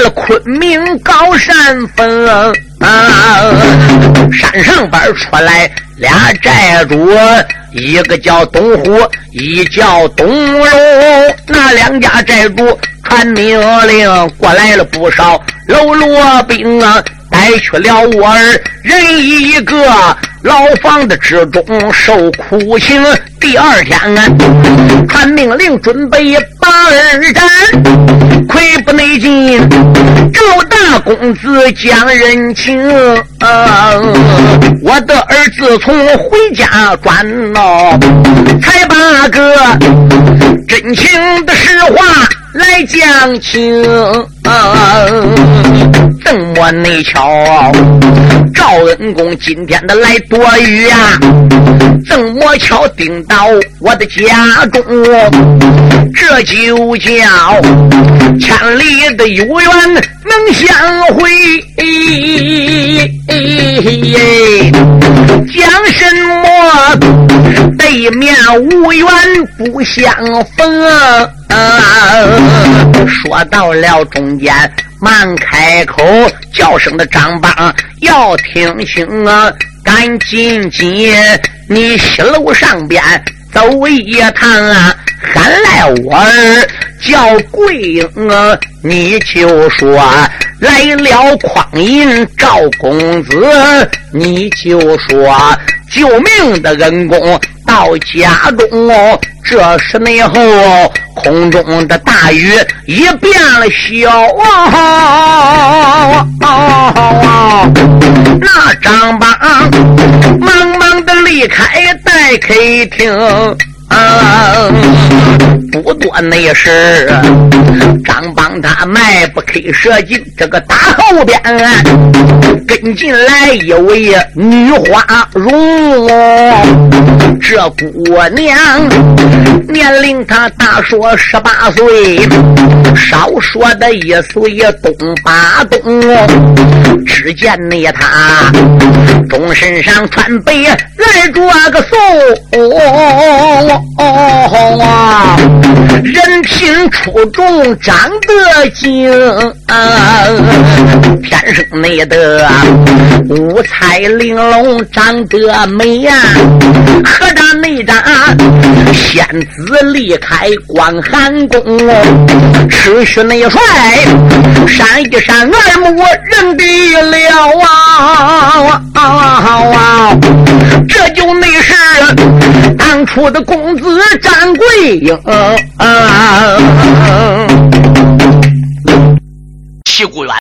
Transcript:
昆明高山峰山上边出来俩寨主，一个叫东湖，一叫东龙。那两家寨主传命令，过来了不少喽啰兵啊，带去了我儿人一个牢房的之中受苦刑。第二天传命令准备把二斩，亏不内进周大公子讲人情。我的儿自从回家转才把个真情的实话来讲清。怎么内巧赵恩公今天的来躲雨啊，怎么巧顶到我的家中，这就叫千里的有缘能相会，讲什么对面无缘不相逢。说到了中间忙开口，叫声的张帮要听清啊，赶紧你西楼上边走一趟啊，喊来我儿叫桂英啊，你就说来了匡胤赵公子，你就说救命的恩公到家中哦。这时内后空中的大雨也变了小那张帮忙忙的离开待客厅。不多那时张帮他迈不开射进这个大后边，跟进来一位女花容，这姑娘年龄她大说18岁，少说的1岁东八东。只见那她中身上穿白来着个宋人品出众长得精天生内的五彩玲珑长得美呀，何战内战仙子离开光寒宫，持续内帅闪一闪耳目认得了这就那是当初的公子张桂英。 齐古元